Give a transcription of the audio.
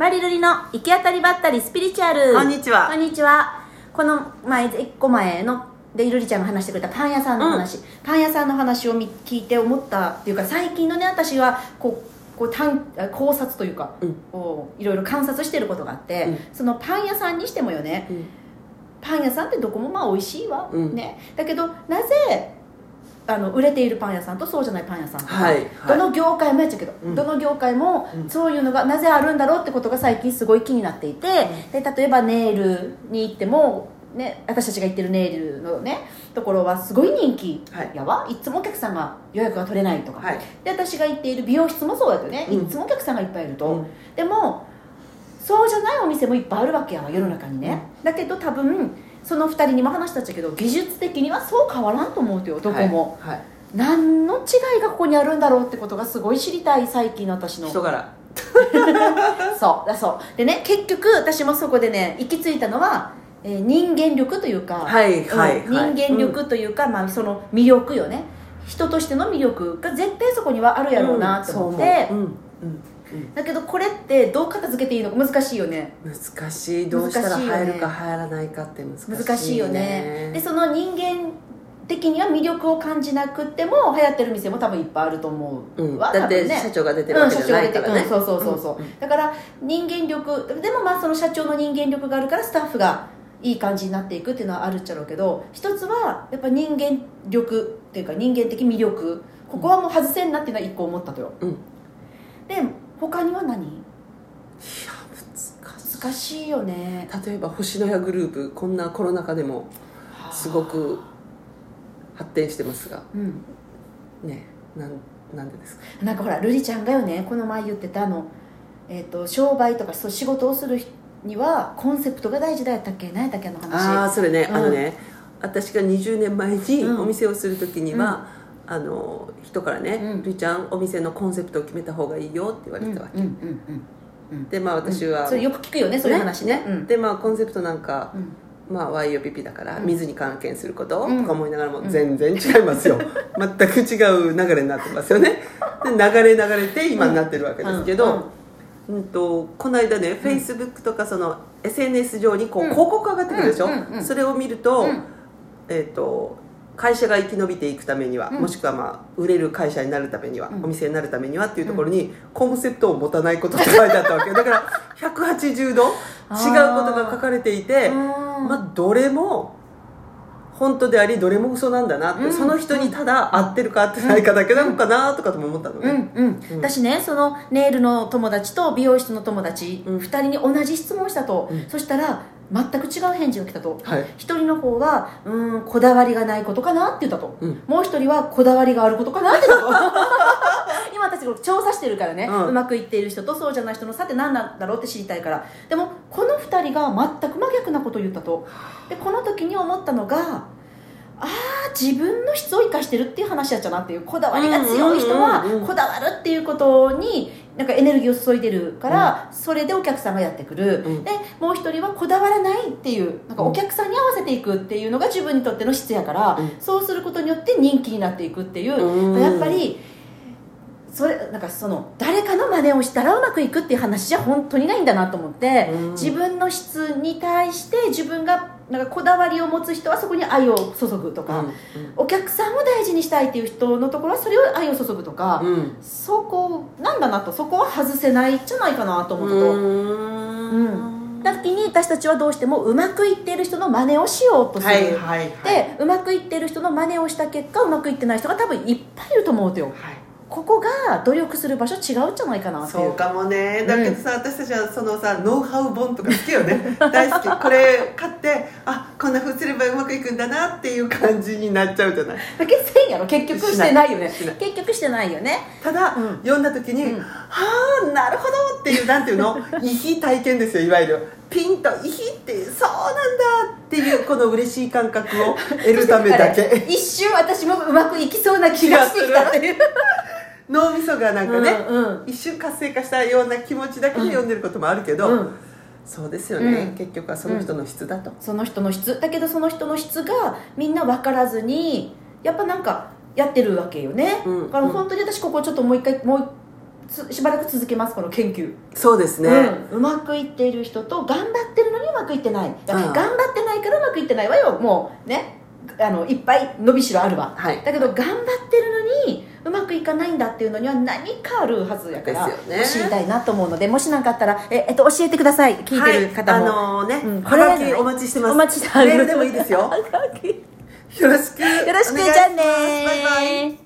マリルリの行き当たりばったりスピリチュアル。 こんにちは。 こんにちは。この前1個前のでルリちゃんが話してくれたパン屋さんの話、パン屋さんの話を聞いて思ったっていうか、最近のね、私は考察というか、いろいろ観察してることがあって、そのパン屋さんにしてもよね、パン屋さんってどこもまあ美味しいわ、ね、だけどなぜ売れているパン屋さんとそうじゃないパン屋さんとか、どの業界もやっちゃうけど、どの業界もそういうのがなぜあるんだろうってことが最近すごい気になっていて、で例えばネイルに行っても、ね、私たちが行ってるネイルのねところはすごい人気やわ、いつもお客さんが予約が取れないとか、で私が行っている美容室もそうだよね、いつもお客さんがいっぱいいると、でもそうじゃないお店もいっぱいあるわけやわ世の中にね、だけど多分その2人にも話したっちゃけど、技術的にはそう変わらんと思うとよ、どこも、何の違いがここにあるんだろうってことがすごい知りたい、最近の私の人柄そうでね、結局私もそこでね行き着いたのは、人間力というか、人間力というか、その魅力よね、人としての魅力が絶対そこにはあるやろうなと思って、だけどこれってどう片付けていいのか難しいよね。 難しい。どうしたら入るか入らないかって難しいよね。でその人間的には魅力を感じなくても流行ってる店も多分いっぱいあると思うわ、 だって社長が出てるわけじゃないからね、 そうだから人間力でもその社長の人間力があるからスタッフがいい感じになっていくっていうのはあるっちゃろうけど、一つはやっぱ人間力っていうか人間的魅力、ここはもう外せんなっていうのは一個思ったとよ、で他には何？いや難しいよね。 例えば星のやグループ、こんなコロナ禍でもすごく発展してますが、ね、なんでですか？ なんかほらルリちゃんがよねこの前言ってた商売とかそう仕事をするにはコンセプトが大事だったっけ、何やったっけ、あの話。 それね、私が20年前にお店をするときには、人からね、ルイちゃんお店のコンセプトを決めた方がいいよって言われてたわけ、で私は、 それよく聞くよね、そういう話ね、 でコンセプトなんか、YOPP だから水に関係することとか思いながらも全然違いますよ、全く違う流れになってますよね。で流れて今になってるわけですけど、この間ね、Facebook とかその SNS 上に広告上がってくるでしょ、それを見ると、会社が生き延びていくためには、もしくは売れる会社になるためには、お店になるためにはっていうところに、コンセプトを持たないことって書いてあったわけだから180度違うことが書かれていて、どれも本当でありどれも嘘なんだなって、その人にただ合ってるか合ってないかだけなのかなとかとも思ったのね、 私ね、そのネイルの友達と美容室の友達、2人に同じ質問したと、そしたら全く違う返事が来たと、一人の方はこだわりがないことかなって言ったと、もう一人はこだわりがあることかなって言ったと今私調査してるからね、うまくいっている人とそうじゃない人の差って何なんだろうって知りたいから。でもこの2人が全く真逆なことを言ったと。でこの時に思ったのが、自分の質を生かしてるっていう話やっちゃなっていう、こだわりが強い人はこだわるっていうことになんかエネルギーを注いでるから、それでお客さんがやってくる、でもう一人はこだわらないっていう、なんかお客さんに合わせていくっていうのが自分にとっての質やから、そうすることによって人気になっていくっていう、やっぱりそれなんかその誰かの真似をしたらうまくいくっていう話じゃ本当にないんだなと思って、自分の質に対して自分がなんかこだわりを持つ人はそこに愛を注ぐとか、お客さんを大事にしたいっていう人のところはそれを愛を注ぐとか、そこなんだなと、そこは外せないんじゃないかなと思ったと。時に私たちはどうしてもうまくいっている人の真似をしようとする、でうまくいっている人の真似をした結果うまくいってない人が多分いっぱいいると思うとよ、ここが努力する場所違うんじゃないかなっていう。 そうかもね。だけどさ、私たちはそのさノウハウ本とか好きよね大好き。これ買ってこんな風すればうまくいくんだなっていう感じになっちゃうじゃない。 だけせんやろ、結局してないよね。結局してないよね。 ただ、読んだ時に、はあなるほどっていう、なんていうのいい体験ですよ。いわゆるピンといいってそうなんだっていうこの嬉しい感覚を得るためだけ一瞬私もうまくいきそうな気がしてきたっていう脳みそがなんかね、一瞬活性化したような気持ちだけで読んでることもあるけど、そうですよね、結局はその人の質だと、 その人の質だけど、その人の質がみんな分からずにやっぱなんかやってるわけよね、だから本当に私ここちょっともう一しばらく続けます、この研究。 そうですね、 うまくいっている人と頑張ってるのにうまくいってない、頑張ってないからうまくいってないわよ、もうね、いっぱい伸びしろあるわ、だけど頑張ってるのにうまくいかないんだっていうのには何かあるはずやから、知りたいなと思うので、もし何かあったら教えてください、聞いてる方も。 はがきお待ちしてます。メールでもいいですよ。よろしくじゃあね、バイバイ。